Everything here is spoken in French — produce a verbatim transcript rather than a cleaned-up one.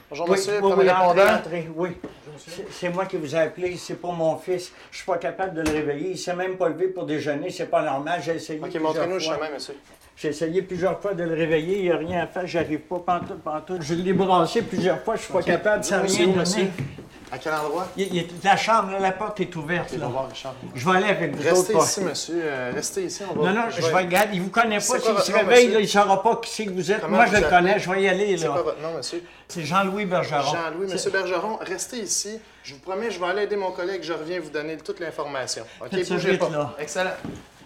Bonjour, Oui, monsieur. oui, Premier oui, entrez, répondant. entrez, oui. C'est- C'est moi qui vous ai appelé, c'est pour mon fils. Je suis pas capable de le réveiller. Il ne s'est même pas levé pour déjeuner, c'est pas normal. J'ai essayé OK, plusieurs montrez-nous le fois. chemin, monsieur. J'ai essayé plusieurs fois de le réveiller, il n'y a rien à faire, j'arrive pas, pantoute, pantoute. Je l'ai brassé plusieurs fois, je suis pas capable, ça n'a Dis-nous, rien c'est où, donné. monsieur? À quel endroit? Il, il- la chambre, là, la porte est ouverte. Il Là. va voir Richard. Je vais aller avec vous Restez autres. ici, monsieur. Euh, restez ici. On va... Non, non, je vais regarder. Il vous connaît pas. C'est quoi S'il votre se nom, réveille, monsieur? là, il ne saura pas qui c'est que vous êtes. Comment Moi, vous je le appelez? connais, je vais y aller. C'est quoi Là. votre nom, monsieur? C'est Jean-Louis Bergeron. Jean-Louis. Monsieur Bergeron, restez ici. Je vous promets, je vais aller aider mon collègue. Je reviens vous donner toute l'information. OK, Faites ça bougez vite, pas. là. Excellent.